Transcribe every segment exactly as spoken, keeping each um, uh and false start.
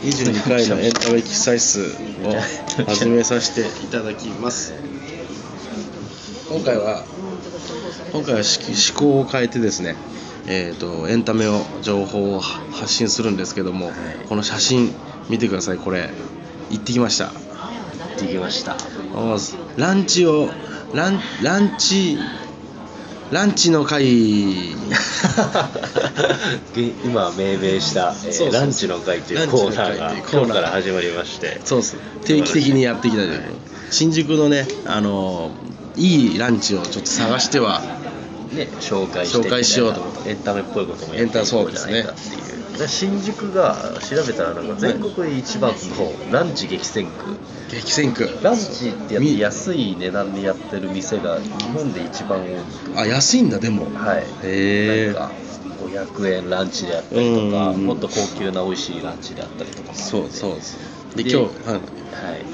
にじゅうにかいのエンタメ喫茶室を始めさせていただきます。今回は今回は思考を変えてですね、えーと、エンタメを情報を発信するんですけども、はい、この写真見てください。これ行ってきました行ってきましたランチをランランチランチの会今命名した、えー、そうそうそうランチの会というコーナーが今日から始まりまして、 そうです定期的にやっていきたい、はい、新宿のね、あのー、いいランチをちょっと探しては、 ね、紹介して紹介しようと思ってエンタメっぽいこともやっていこうじゃないかっていう。新宿が調べたらなんか全国で一番のランチ激戦区激戦区ランチってやって安い値段でやってる店が日本で一番多く、 あ、安いんだ。でもはい、 へえなんかごひゃくえんランチであったりとか、もっと高級な美味しいランチであったりとか、 そうそうですで今日、はいはい、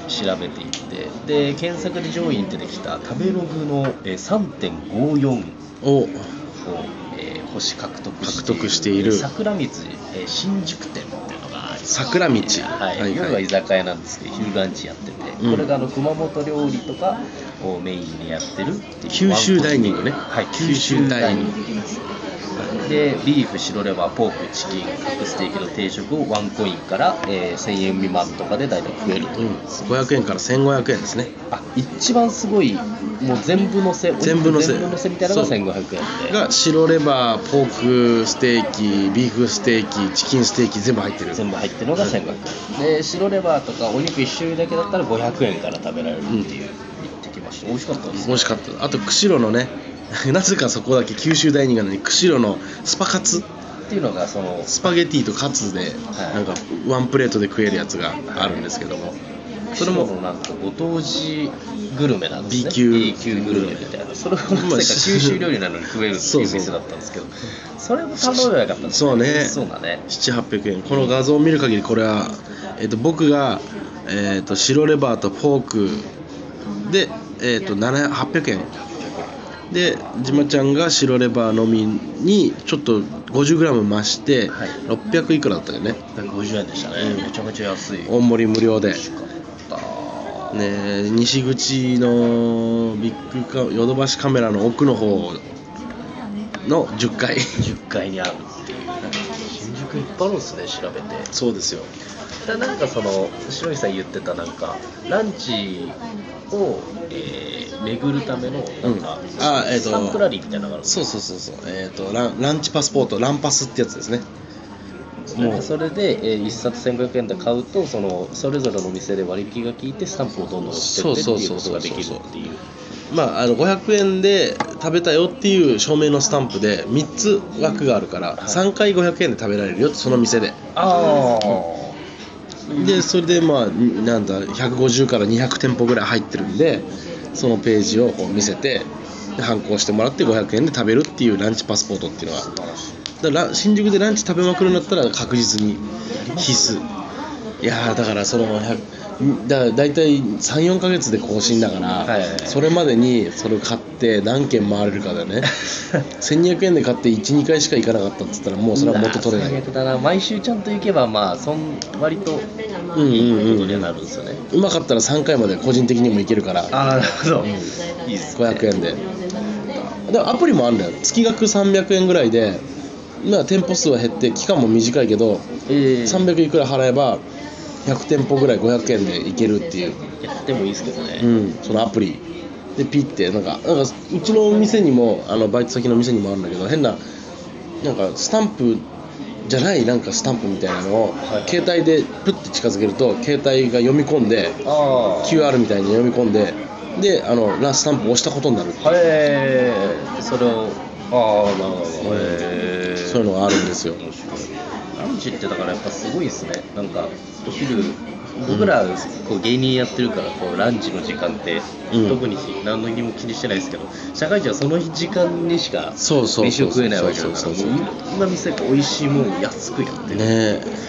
調べていってで検索で上位に出てきた食べログの さんてんごよん をを星獲得している、 獲得している桜道、えー、新宿店っていうのがあります。 桜道、 はいはい、夜は居酒屋なんですけど昼ランチやってて、うん、これがあの熊本料理とかをメインにやってるっていう九州ダイニングね。 はい、九州ダイニングでビーフ、白レバー、ポーク、チキン、角ステーキの定食をワンコインから、えー、せんえん未満とかで大体食えるという、うん、 ごひゃくえんからせんごひゃくえんですね。 あ、一番すごいもう全部のせ全部のせ全部のせみたいなのがせんごひゃくえんでが白レバー、ポークステーキ、ビーフステーキ、チキンステーキ全部入ってる全部入ってるのがせんごひゃくえんで、白レバーとかお肉いち種類だけだったらごひゃくえんから食べられるっていう、うん、言ってきました。美味しかったです、ね、 美味しかった。あと釧路のねなぜかそこだけ九州ダイニングなのに釧路のスパカツっていうのがそのスパゲティとカツでなんかワンプレートで食えるやつがあるんですけども、 それもなんかご当地グルメなんですね。 B 級 B 級グルメみたいな、それをなぜか九州料理なのに食えるっていう店だったんですけど、それも頼めばよかったんですね。そうね、 そうだね、 ななひゃくはっぴゃくえん。この画像を見る限りこれは、えー、と僕が、えー、と白レバーとポークで、えー、とはっぴゃくえんで、じまちゃんが白レバーのみにちょっと ごじゅうグラム 増して、はい、ろっぴゃくいくらだったよね。 ろっぴゃくごじゅうえんでしたね、うん、めちゃめちゃ安い。 大盛り無料で、 美味しかったね。西口のビッグカヨドバシカメラの奥の方のじゅっかいじゅっかいにあるっていう。新宿いっぱいあるんですね、調べて。 そうですよ。 だなんかその白井さん言ってたなんかランチを、えー、巡るためのなんか、うん、あ、えー、とスタンプラリーみたいなのがある。 そうそうそうそう、えー、と ラ, ランチパスポート、ランパスってやつですね。 もうそれで、えー、いっさつせんごひゃくえんで買うと そのそれぞれの店で割引が効いてスタンプをどんどん送ってってっていうことができるっていう。 まあ、あのごひゃくえんで食べたよっていう証明のスタンプでみっつ枠があるから、はい、さんかいごひゃくえんで食べられるよってその店で。 ああ、でそれでまあなんだひゃくごじゅうからにひゃくてんぽぐらい入ってるんで、そのページをこう見せて反抗してもらってごひゃくえんで食べるっていうランチパスポートっていうのは、だから新宿でランチ食べまくるんだったら確実に必須。いやだからそのだだいたいさんよんかげつで更新だから、はいはいはい、それまでにそれを買って何件回れるかだよねせんにひゃくえんで買っていちにかいしか行かなかったっつったらもうそれは元取れない。 だな、毎週ちゃんと行けばまあそん割といいことにはなるんですよね。 うんうんうん、うまかったらさんかいまで個人的にも行けるから。 ああ、なるほど、うん、いいっすね、ごひゃくえんで。でアプリもあるんだよ。月額さんびゃくえんぐらいで、まあ、店舗数は減って期間も短いけど、えー、さんびゃくいくら払えばひゃくてんぽぐらいごひゃくえんでいけるっていう。 やってもいいですけどね、 うん、そのアプリでピッてなんか、なんかうちの店にもあのバイト先の店にもあるんだけど、変ななんかスタンプじゃないなんかスタンプみたいなのを、はい、携帯でプッて近づけると携帯が読み込んで、あ キューアール みたいに読み込んで、であのラスタンプを押したことになる。 へえ、それをああなるほど、へえ、 そういうのがあるんですよ。 ランチってだからやっぱすごいですね。なんかお昼僕らこう芸人やってるからこうランチの時間って、うん、特に何の日も気にしてないですけど、社会人はその時間にしか飯を食えないわけだから、もういろんな店が美味しいものを安くやってるね。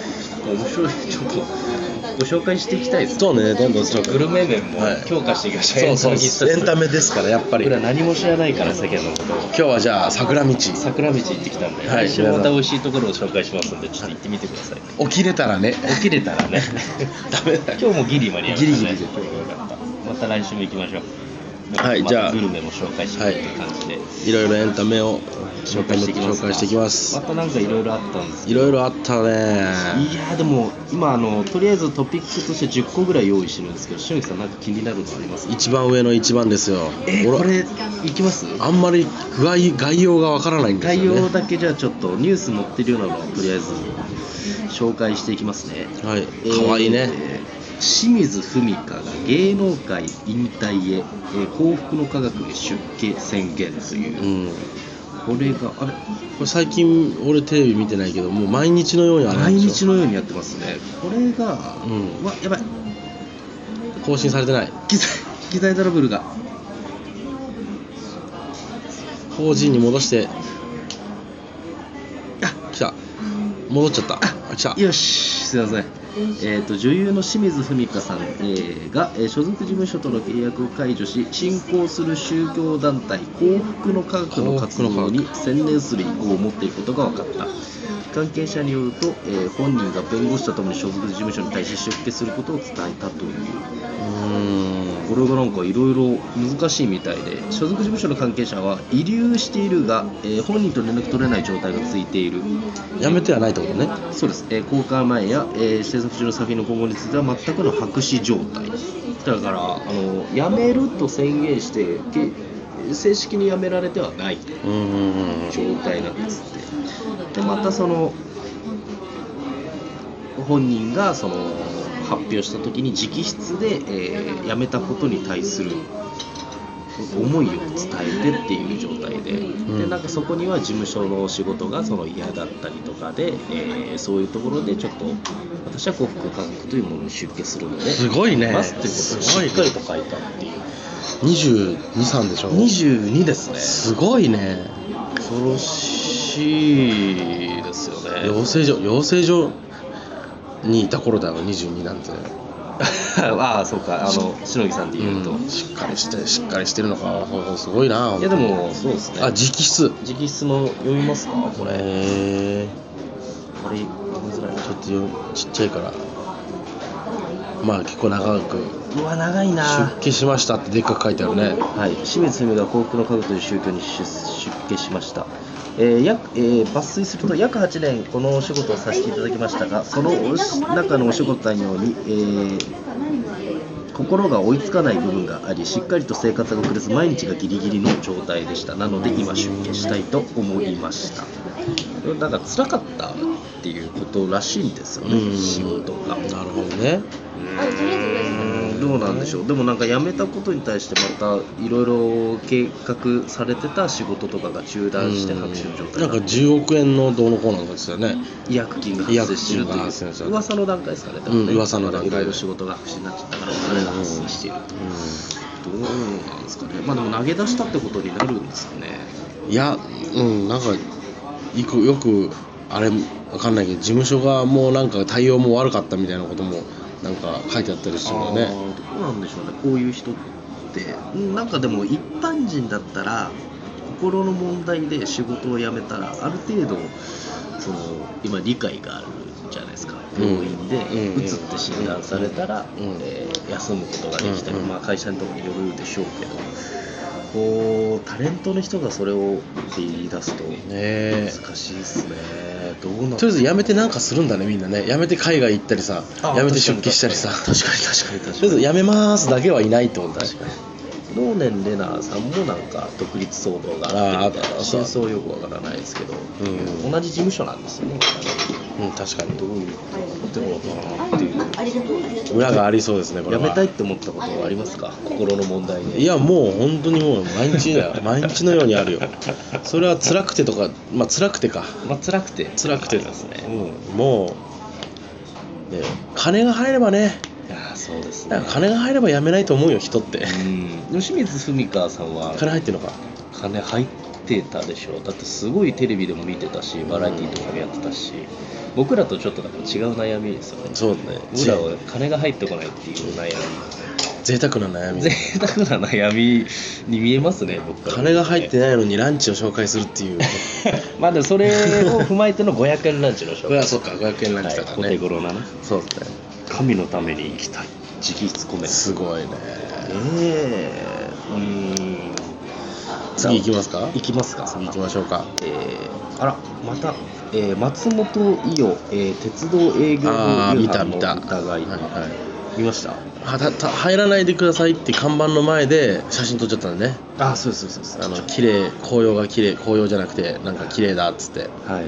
か面白いちょっとご紹介していきたいですね。 そうね、どんどんちょっとグルメ面もはい強化していきましょう。 そうそう、エンタメですからやっぱり。 僕ら何も知らないから世間のことを。 今日はじゃあ桜道桜道行ってきたんで、 はい来週また美味しいところを紹介しますんで、ちょっと行ってみてください。 起きれたらね。 起きれたらねダメだよ。 今日もギリ間に合いましたね。 ギリギリで今日もよかった。また来週も行きましょう。 はいじゃあまたグルメも紹介していくという感じで、 いろいろエンタメを紹介していきます。 紹介していきますまたなんかいろいろあったんですけいど、 ろいろあったね。 いやーでも今あのとりあえずトピックとしてじゅっこぐらい用意してるんですけど、篠木さんなんか気になるのありますか？ 一番上の一番ですよ。俺えー、これいきます？ あんまり概概要がわからないんですよね。 概要だけじゃあちょっとニュース載ってるようなのをとりあえず紹介していきますね。 はい、かわいいね。 えー清水文香が芸能界引退へ、えー幸福の科学へ出家宣言というう、 ん、 これがあれこれ最近俺テレビ見てないけどもう毎日のようにある毎んですよ。 日のようにやってますね。これが、 うんわやばい更新されてない。 機材機材トラブルがフォージー に戻してあ来た、戻っちゃった。あ来た。 よしすいません。えー、と女優の清水文香さん、えーが、えー所属事務所との契約を解除し新興する宗教団体幸福の科学の活動に専念する意向を持っていることが分かった。関係者によると、えー本人が弁護士とともに所属事務所に対し出家することを伝えたという。 うーんこれがなんかいろいろ難しいみたいで、所属事務所の関係者は遺留しているが、えー本人と連絡取れない状態が続いている。 やめてはないってことね。 そうです、えー公開前や、えー制作中の作品の今後については全くの白紙状態だから、あの辞めると宣言してけ正式に辞められてはないうんうんうん状態なんですって。でまたその本人がその発表した時に直筆で、えー辞めたことに対する思いを伝えてっていう状態で、 んでなんかそこには事務所の仕事がその嫌だったりとかで、えーそういうところでちょっと私は幸福科学というものに出家するのですごいね。 ますっていうことをしっかりと書いたっていう。 にじゅうに、さんでしょ。 にじゅうにですね。 すごいね。 恐ろしいですよね。 養成所養成所にいた頃だよにじゅうになんて。 ああそうか、あの篠木さんで言うと、 うんしっかりしてしっかりしてるのか。すごいな。 いやでもそうですね。 あ、直筆。 直筆の読みますかこれ。 へえ。 これ読みづらいな。 ちょっとよちっちゃいから。まあ結構長くうわ長いな。 出家しましたってでっかく書いてあるね。 はい、清水文が幸福の科学という宗教に出出家しました。えー約えー抜粋すると約はちねんこのお仕事をさせていただきましたが、そのおし中のお仕事のように、えー心が追いつかない部分があり、しっかりと生活が送れず毎日がギリギリの状態でした。なので今出家したいと思いました。だから辛かったっていうことらしいんですよね、 うん仕事が。 なるほどね。 うんどうなんでしょう。でもなんか辞めたことに対してまたいろいろ計画されてた仕事とかが中断して白紙の状態なんかじゅうおくえんのどうのこうのですよね。 違約金が発生していると違約金がいう発生してる噂の段階ですかね。多うん分ね噂の段階でいろいろ仕事が白紙になっちゃったからお金が発生していると、どうなんですかね。まあでも投げ出したってことになるんですかね。 いや、うんなんかいくよくあれわかんないけど事務所がもうなんか対応も悪かったみたいなこともなんか書いてあったりするよね。 あーどうなんでしょうね、こういう人ってなんかでも一般人だったら心の問題で仕事を辞めたらある程度その今理解があるじゃないですか。病院でうんうつって診断されたら、 うんえー休むことができたり、 うんまあ、会社のところによるでしょうけど、こうタレントの人がそれをって言い出すとねえ難しいですね。どうなんとりあえず辞めてなんかするんだねみんなね。辞めて海外行ったりさ、 あ辞めて出家したりさ。 確かに確かに確かに確かにとりあえず辞めますだけはいないってことだ。 確かに能年レナさんもなんか独立騒動があってみたいな、 あーあった真相はよくわからないですけど、 うん同じ事務所なんですよね。 うん確かにどういうことなのかなっていう。 裏がありそうですねこれは。 やめたいって思ったことはありますか、心の問題で。 いやもう本当にもう毎日だよ毎日のようにあるよ。それは辛くてとかまあ辛くてかまあ辛くて辛くてですね。 うん、もう、ね、金が入ればね、 いやーそうですねだから。金が入れば辞めないと思うよ人って。 うん。でも清水文香さんは金入ってるのか。 金入ってたでしょ。だってすごいテレビでも見てたし、バラエティーとかもやってたし、僕らとちょっとなんか違う悩みですよね。 そうね。 僕らは金が入ってこないっていう悩み。 贅沢な悩み。 贅沢な悩みに見えますね、僕から、ね。 金が入ってないのにランチを紹介するっていう。 まあでもそれを踏まえてのごひゃくえんランチの紹介。 そうか、ごひゃくえんランチだからね。 はい、お手頃なね。 そうですね。 神のために生きたい。直筆コメント。 すごいね。 ええー、うーん。 次行きますか。 行きますか。 次行きましょうか。 えー、あら、また、えー、松本伊代、えー、鉄道営業の見た見た。 疑い、はいはい、見ました。 はたた入らないでくださいって看板の前で写真撮っちゃったんだね。 あ、そうですそうです。 あの綺麗、紅葉が綺麗、紅葉じゃなくてなんか綺麗だっつって。 はい。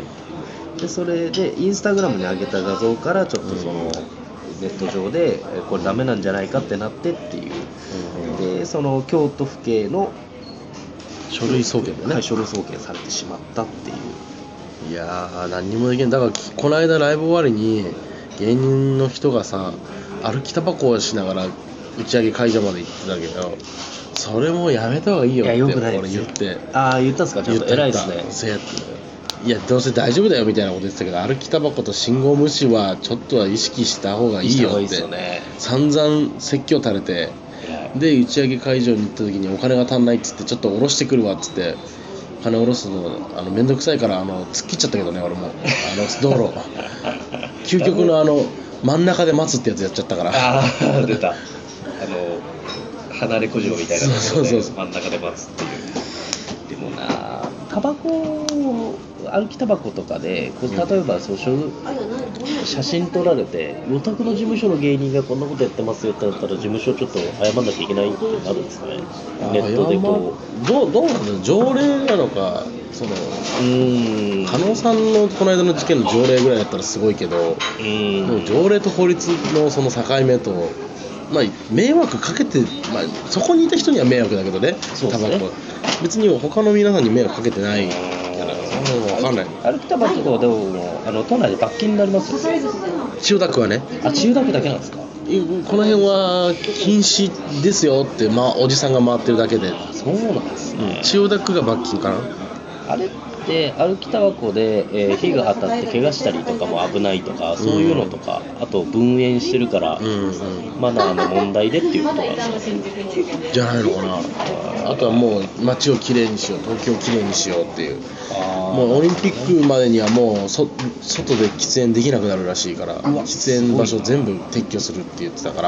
でそれでインスタグラムに上げた画像からちょっとその、うん、ネット上でこれダメなんじゃないかってなってっていう。うん、でその京都府警の書類送検でね、 はい、書類送検されてしまったっていう。 いやー何にもできない。だからこの間ライブ終わりに芸人の人がさ歩きタバコをしながら打ち上げ会場まで行ってたけど、それもやめた方がいいよって俺言って。 ああ言ったんですか。ちょっと偉いですね。 そうやっていやどうせ大丈夫だよみたいなこと言ってたけど、歩きタバコと信号無視はちょっとは意識した方がいいよって、ね、散々説教垂れて、で打ち上げ会場に行った時にお金が足んないっつってちょっと下ろしてくるわっつって金下ろすのあのめんどくさいからあの突っ切っちゃったけどね俺もあの道路究極のあの真ん中で待つってやつやっちゃったから。 ああ出たあの離れ小路みたいなところで真ん中で待つっていう。でもなタバコ歩きタバコとかでこう例えばそう写真撮られてお宅の事務所の芸人がこんなことやってますよってなったら事務所ちょっと謝んなきゃいけないってなるんですかね。ネットでこうどうどうなの条例なのかそのうーん加納さんのこの間の事件の条例ぐらいだったらすごいけど、うーんでも条例と法律のその境目と、まあ、迷惑かけて、まあ、そこにいた人には迷惑だけどね、タバコ別に他の皆さんに迷惑かけてないから分かんない。 歩きタバコとかでもあの都内で罰金になりますよね。 千代田区はね。 あ、千代田区だけなんですか。 この辺は禁止ですよって、まあ、おじさんが回ってるだけで。 そうなんですね。 千代田区が罰金かな。 あれって歩きタバコで、えー、火が当たって怪我したりとかも危ないとかそういうのとか、うん、あと分煙してるから、うんうん、マナーの問題でっていうことなんですか。 じゃないのかな。あとはもう街をきれいにしよう、東京をきれいにしようっていう。もうオリンピックまでにはもうそ外で喫煙できなくなるらしいから喫煙場所全部撤去するって言ってたから。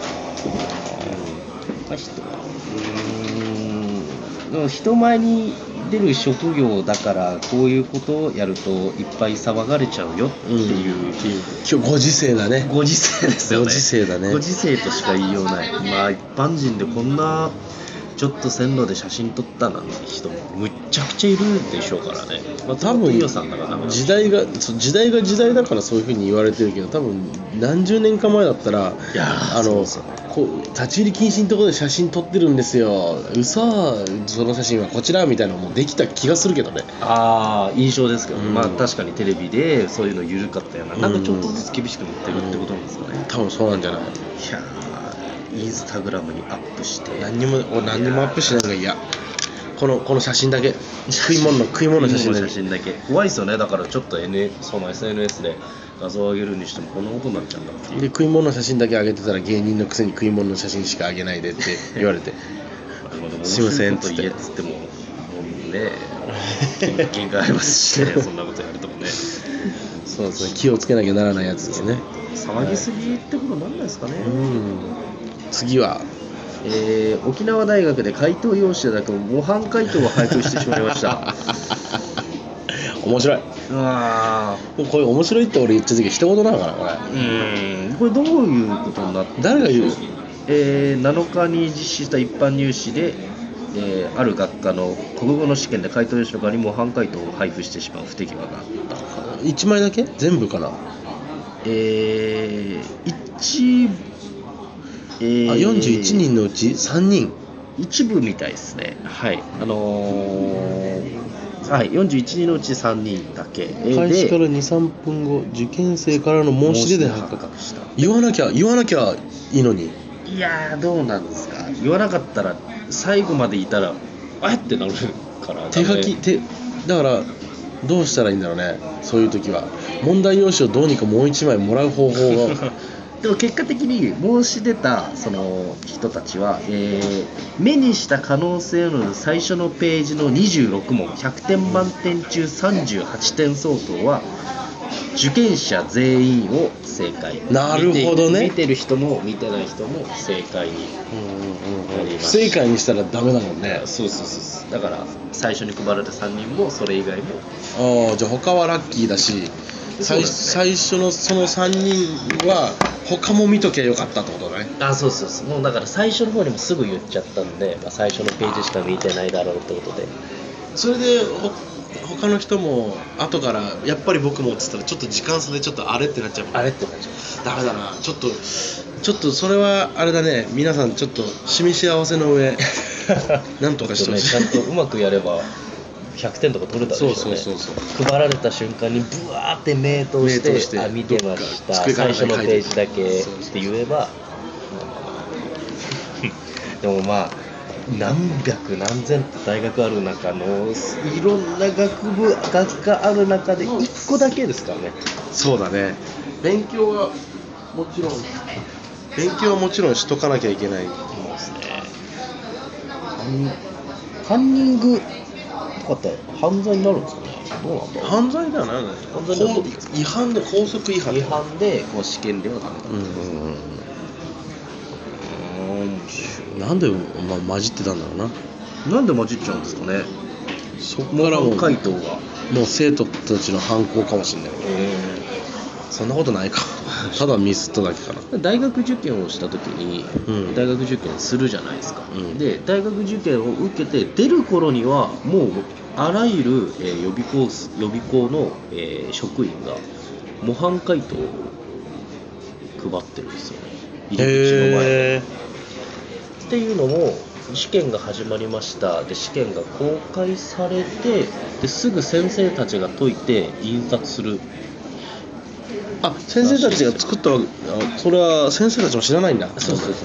うん、人前に出る職業だからこういうことをやるといっぱい騒がれちゃうよっていう、うん、 今日ご時世だね。 ご時世ですよね。 ご時世だね。 ご時世としか言いようない。まあ一般人でこんなちょっと線路で写真撮ったなんて人もむっちゃくちゃいるでしょうからね。まあ、多分時代が時代が時代だからそういうふうに言われてるけど、多分何十年か前だったらいやあの、ね、こう立ち入り禁止のところで写真撮ってるんですよ、嘘その写真はこちらみたいなのもできた気がするけどね。 ああ印象ですけど、うん、まあ確かにテレビでそういうの緩かったような、うん、なんかちょっとずつ厳しくなってるってことなんですかね、 うん、多分そうなんじゃない。いやインスタグラムにアップして何にも俺何にもアップしないのが嫌。このこの写真だけ食い物の食い物の写真だけ写真だけ怖いですよね。だからちょっと、N、その エスエヌエス で画像を上げるにしてもこんなことになっちゃうんだっていう。 で食い物の写真だけ上げてたら芸人のくせに食い物の写真しか上げないでって言われてすいませんっつって。 っつってももうね限界ありますしねそんなことやるともね。 そうですね、気をつけなきゃならないやつですね。 騒ぎすぎってことなんないですかね。 うん次は、 えー、沖縄大学で回答用紙でなく模範解答を配布してしまいました面白い。 うわこれ面白いって俺言っちゃう時一言なのかなこれ。 うんこれどういうことになって誰が言う。 えー、なのかに実施した一般入試で、えー、ある学科の国語の試験で回答用紙の側に模範解答を配布してしまう不手際があった。 いちまいだけ全部かな。 えー、一えー、 あよんじゅういちにんのうちさんにん一部みたいですね。はいあのー、はいよんじゅういちにんのうちさんにんだけ開始から にさんぷんご受験生からの申し出で発覚した。言わなきゃ言わなきゃいいのに。 いやーどうなんですか。言わなかったら最後までいたらあえってなるから手書き手だからどうしたらいいんだろうね。そういう時は問題用紙をどうにかもう一枚もらう方法がでも結果的に申し出たその人たちは、えー目にした可能性のある最初のページのにじゅうろくもんひゃくてん満点中さんじゅうはちてん相当は受験者全員を正解。 なるほどね。 見て、見てる人も見てない人も正解になりま不す。 正解にしたらダメだもんね。 そうそうそう。だから最初に配られたさんにんもそれ以外も。 ああ、じゃあ他はラッキーだし、最, ね、最初のそのさんにんは他も見ときゃよかったってことだね。 あ、そうそうそう。もうだから最初の方にもすぐ言っちゃったんで、まあ、最初のページしか見てないだろうってことで。 それでほ他の人も後からやっぱり僕もっつったらちょっと時間差でちょっとあれってなっちゃう。 あれってなっちゃう。 ダメだな。ちょっとちょっとそれはあれだね。皆さんちょっと示し合わせの上なんとかしてほしい。 ちゃんとうまくやればひゃくてんとか取れたでしょうね。 そうそうそうそう。 配られた瞬間にブワーって名答して、してあ見てました。最初のページだけって言えば。でもまあ何百何千って大学ある中のいろんな学部学科ある中でいっこだけですからね。 そうだね。勉強はもちろん勉強はもちろんしとかなきゃいけない。 そうですね。カンニングとかって犯罪になるんですかね。どうなんだろう。 犯罪ではないのね。違反で高速違反。 違反でこう試験ではダメだったんです。うんうんうん。 なんで、ま、混じってたんだろうな。 なんで混じっちゃうんですかね。 そこからもう回答がもう生徒たちの犯行かもしれない。そんなことないか。ただミスっただけかな。 大学受験をした時に、うん、大学受験するじゃないですか、うん、で大学受験を受けて出る頃にはもうあらゆる、えー、予備校予備校の、えー、職員が模範解答を配ってるんですよね。入り口の前でっていうのも試験が始まりましたで試験が公開されてですぐ先生たちが解いて印刷する。 あ、先生たちが作ったわけ。それは先生たちも知らないんだ。 そうそうそう。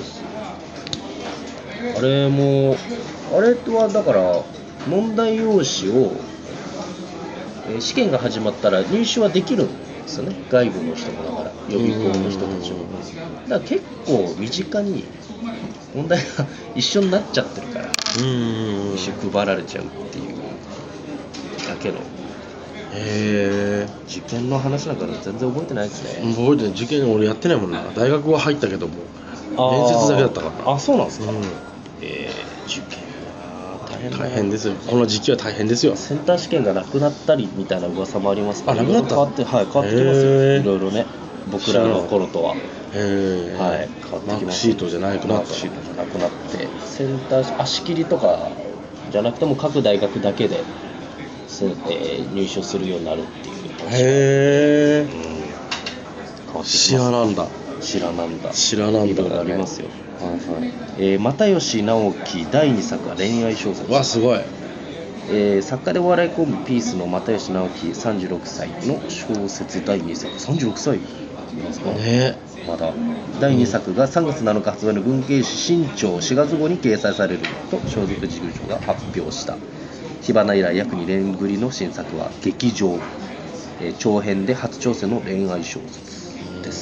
あれもあれはだから問題用紙を、えー、試験が始まったら入手はできるんですよね。外部の人もだから予備校の人たちも。だから結構身近に問題が一緒になっちゃってるから入手配られちゃうっていうだけの。 へー。 受験の話なんか全然覚えてないですね。 覚えてない。受験俺やってないもんな。大学は入ったけども面接だけだったから。 あ、そうなんですか、うん、 えー、受験は大変、大変ですよ。この時期は大変ですよ。 センター試験がなくなったりみたいな噂もありますけど。 あ、なくなった。 変わって、はい、変わってきますよ。いろいろね。僕らの頃とは。 へー。 はい、変わってきます。 マークシートじゃなくなった。マークシートじゃなくなってセンター足切りとかじゃなくても各大学だけで、えー、入所するようになるっていう。 へー、 うん、 知らなんだ知らなんだ知らなんだ、ね、 いろいろありますよ。はいはい。えー、又吉直樹だいにさくは恋愛小説。 わ、すごい。 えー、作家でお笑いコンビピースの又吉直樹さんじゅうろくさいの小説だいにさく。さんじゅうろくさいですかね。まだだいにさくがさんがつなのか発売の文芸誌新潮しがつごに掲載されると所属事務所が発表した。火花以来約にねんぶりの新作は劇場、えー、長編で初挑戦の恋愛小説です。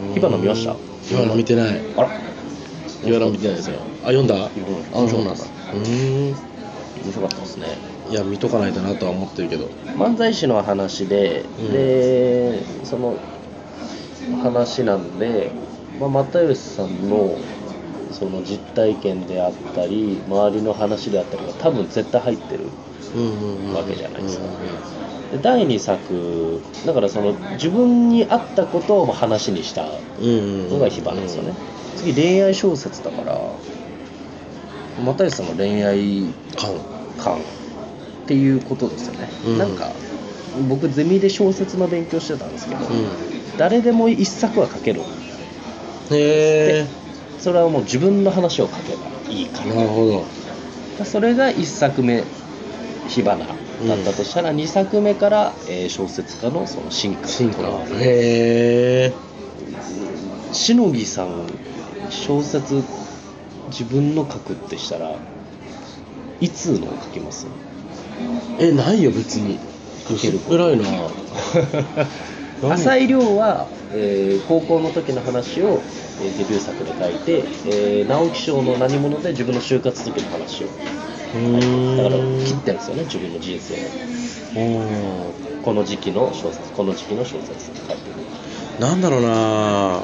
火花見ました？ 火花見てない。 あら、 火花見てないですよ。あ、読んだ？あ、 そうなんだ。うーん、面白かったですね。 いや、見とかないとなとは思ってるけど。 漫才師の話で、うん、でその話なんで、まあ、又吉さんのその実体験であったり周りの話であったりが多分絶対入ってるわけじゃないですか。でだいにさくだからその自分に合ったことを話にしたのが火花ですよね。次恋愛小説だから又吉さんの恋愛観っていうことですよね、うん、なんか僕ゼミで小説の勉強してたんですけど、うん、誰でも一作は書ける。 へー。 それはもう自分の話を書けばいいから。 なるほど。 それがいっさくめ火花だったとしたら、うん、にさくめから、えー、小説家のその進化進化。へー。しのぎさん小説自分の書くってしたらいつのを書きます？ えないよ別に。 受ける偉いな。 浅井亮は、えー高校の時の話を、えーデビュー作で書いて、えー直木賞の何者で自分の就活時の話をうーんだから切ってるんですよね、自分の人生を。この時期の小説、この時期の小説書いてる。 なんだろうな、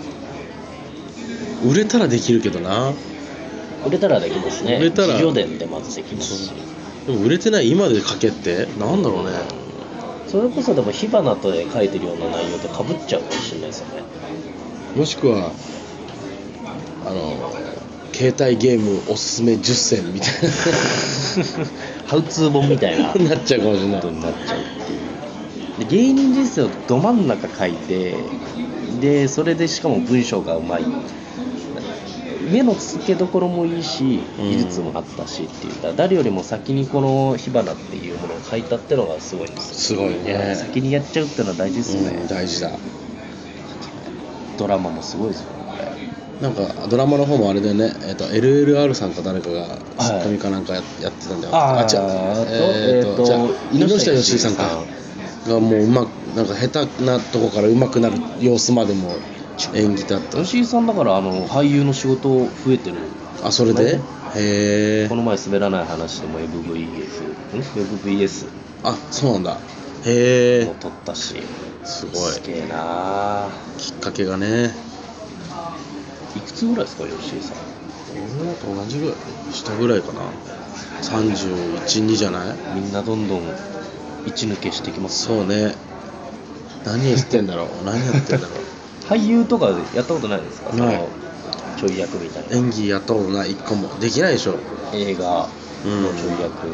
売れたらできるけどな。 売れたらできますね。 売れたら自叙伝でまずできますし、 でも売れてない今で書けってなんだろうね。 それこそでも火花とで書いてるような内容とかぶっちゃうかもしれないですよね。 もしくはあの携帯ゲームおすすめじゅっせんみたいハウツー本みたいなななっちゃうかもしれないことになっちゃうっていう。で芸人人生をど真ん中書いて、でそれでしかも文章がうまい、目の付けどころもいいし技術もあったしっていうか、誰よりも先にこの火花っていうものを書いたってのがすごいんですよ。 すごいね。 先にやっちゃうってのは大事ですよね、 うん、大事だ。 ドラマもすごいですよね。 なんかドラマの方もあれだよね、えー、と エルエルアール さんか誰かがツッコミかなんか や,、やってたんだよ。 あ違う、えー、とじゃあ猪下義井さんかがもううまくなんか下手なとこからうまくなる様子までも演技だった。 吉井さんだからあの俳優の仕事増えてる。 あ、それで、へえ。 この前滑らない話でも エムブイエス ん エムブイエスあ、そうなんだ。へえも。撮ったし、 すごい。 すげえな。 きっかけがね。 いくつぐらいですか吉井さん。 俺と同じぐらい、下ぐらいかな。さんじゅういち、にじゃない？ みんなどんどん一抜けしてきます。 そうね。何やってんだろう。何やってんだろう。 俳優とかでやったことないですか？ ないそのちょい役みたいな。 演技やったことない一個もできないでしょ。 映画のちょい役、 うん、 映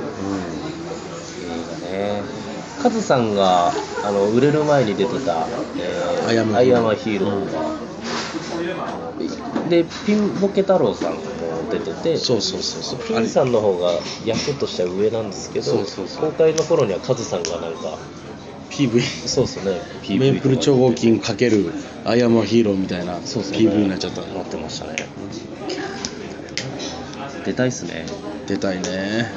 画ね。カズさんがあの売れる前に出てた、えー、 アイアムアイアムヒーローが、うん、でピンボケ太郎さんも出てて、 そうそうそうそう。 ピンさんの方が役としては上なんですけど、 そうそうそう公開の頃にはカズさんがなんかピーブイそうですね、ピーブイメープル超合金かけるアイアムヒーローみたいな ピーブイ になっちゃった。 なってましたね。出たいっすね。 出たいね。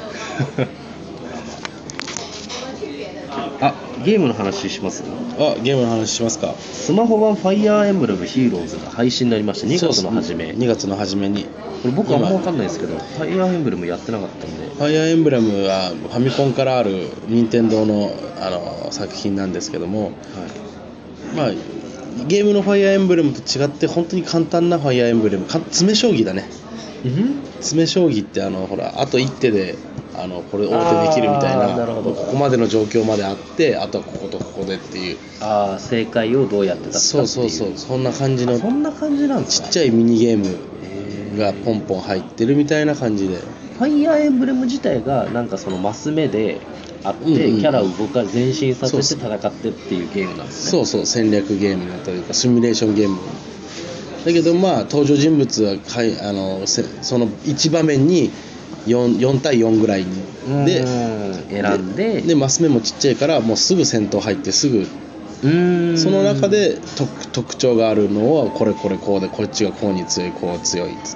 あ、ゲームの話します？ あ、ゲームの話しますか。 スマホ版ファイアーエンブレムヒーローズが配信になりました。にがつの初め。 にがつの初めに。 これ僕あんま分かんないですけど、ファイアーエンブレムやってなかったんで。 ファイアーエンブレムはファミコンからある任天堂のあの作品なんですけども、 はい、 まあゲームのファイアーエンブレムと違って本当に簡単なファイアーエンブレム、か詰め将棋だね。 うん、 詰め将棋ってあのほらあと一手であのこれ王手できるみたい な, なるほど。 ここまでの状況まであってあとはこことここでっていう。 ああ、正解をどうやって出すかっていう。 そうそうそう、そんな感じのそんな感じなんですか。 ちっちゃいミニゲームがポンポン入ってるみたいな感じで。 ファイアーエンブレム自体がなんかそのマス目であって、うんうん、キャラを動か前進させて戦ってっていうゲームなんですね。 そうそう、戦略ゲームというかシミュレーションゲームだけど、まあ登場人物はあのそのいち場面に 4, 4対よんぐらいで選んで、 で, でマス目もちっちゃいからもうすぐ戦闘入ってすぐ、うーん、その中で特特徴があるのはこれこれこうで、こっちがこうに強いこう強いっつって。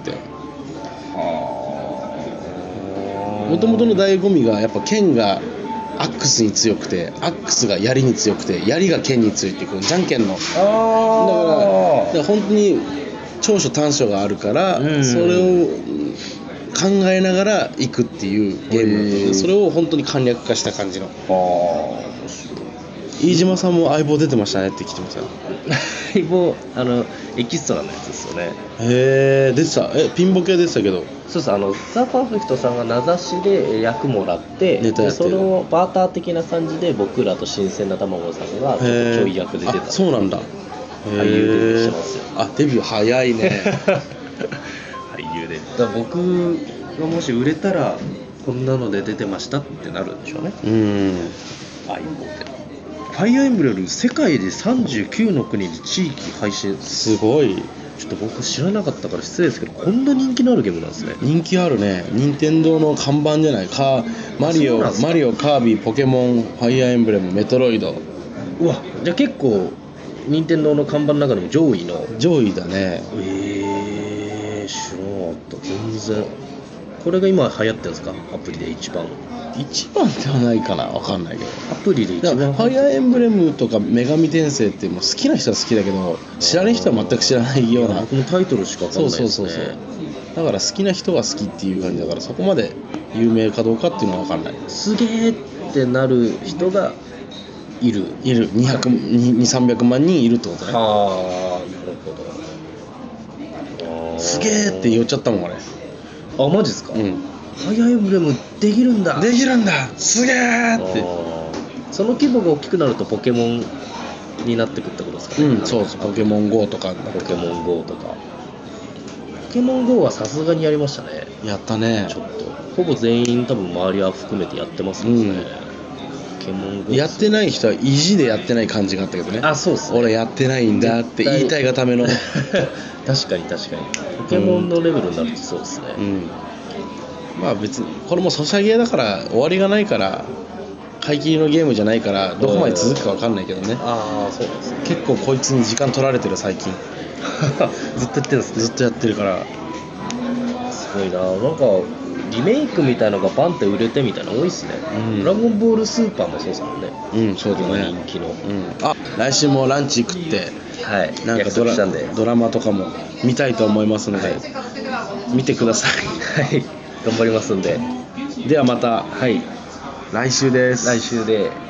もともとの醍醐味がやっぱ剣がアックスに強くて、アックスが槍に強くて、槍が剣に強いっていうこのじゃんけんの、だからだから本当に長所短所があるから、うん、それを考えながら行くっていうゲームだったので、それを本当に簡略化した感じの。飯島さんも相棒出てましたねって聞いてましたよ。 相棒、あのエキストラのやつですよね。 へえ、出てた。え、ピンボケ出てたけど。 そうそう、あのザ・パーフェクトさんが名指しで役もらって、 ネタやってる。 でそのバーター的な感じで僕らと新鮮な卵さんがちょい役で出てた。 あ、そうなんだ。 俳優デビューしてますよ。 あ、デビュー早いね。 俳優で。だから僕がもし売れたらこんなので出てましたってなるんでしょうね。 うん。 相棒で。ファイアーエンブレム世界でさんじゅうきゅうの国で地域配信。 すごい。 ちょっと僕知らなかったから失礼ですけど、こんな人気のあるゲームなんですね。 人気あるね。任天堂の看板じゃない。カマリオ、マリオ、カービィ、ポケモン、ファイアーエンブレム、メトロイド。 うわ、じゃあ結構任天堂の看板の中でも上位の。 上位だね。 えー、知らなかった。全然。 これが今流行ってるんですか、アプリで一番。 一番ではないかな、分かんないけど。 アプリで一だから番ファイアーエンブレムとか女神転生ってもう好きな人は好きだけど、知らない人は全く知らないような。 僕もタイトルしか分かんないですね。 そうそうそうそうだから好きな人は好きっていう感じだから、そこまで有名かどうかっていうのは分かんない。 すげーってなる人がいる。 いるにひゃく、にひゃく、さんびゃくまん人いるってことね。 はあ、なるほど。 すげーって言っちゃったもん俺。 あ、マジですか。 うん。 ファイアーエンブレムできるんだ。 できるんだ、すげーって。 その規模が大きくなるとポケモンになってくってことですかね。 うん、そうそう、ポケモン ゴー とか。 ポケモン ゴー とか。ポケモン ゴー はさすがにやりましたね。 やったね。 ちょっとほぼ全員多分周りは含めてやってますもんね、うん、ポケモン ゴーやってない人は意地でやってない感じがあったけどね。 あ、そうっすね。 俺やってないんだって言いたいがための確かに確かにポケモンのレベルになるとそうですね、 うん、まあ別にこれもソシャゲだから終わりがないから、買い切りのゲームじゃないからどこまで続くか分かんないけどね。 ああ、そうなんですね。 結構こいつに時間取られてる最近ずっとやってるんですね。 ずっとやってるから。 すごいな。なんかリメイクみたいなのがバンって売れてみたいなの多いっすね、うん、ドラゴンボールスーパーもそうですもんね。 うん、そうだね、 人気の、うん、 あ、来週もランチ食って、 はい、 なんかドラ、ドラマとかも見たいと思いますので、はい、見てくださいはい、頑張りますんで。 ではまた、 はい、 来週です。 来週で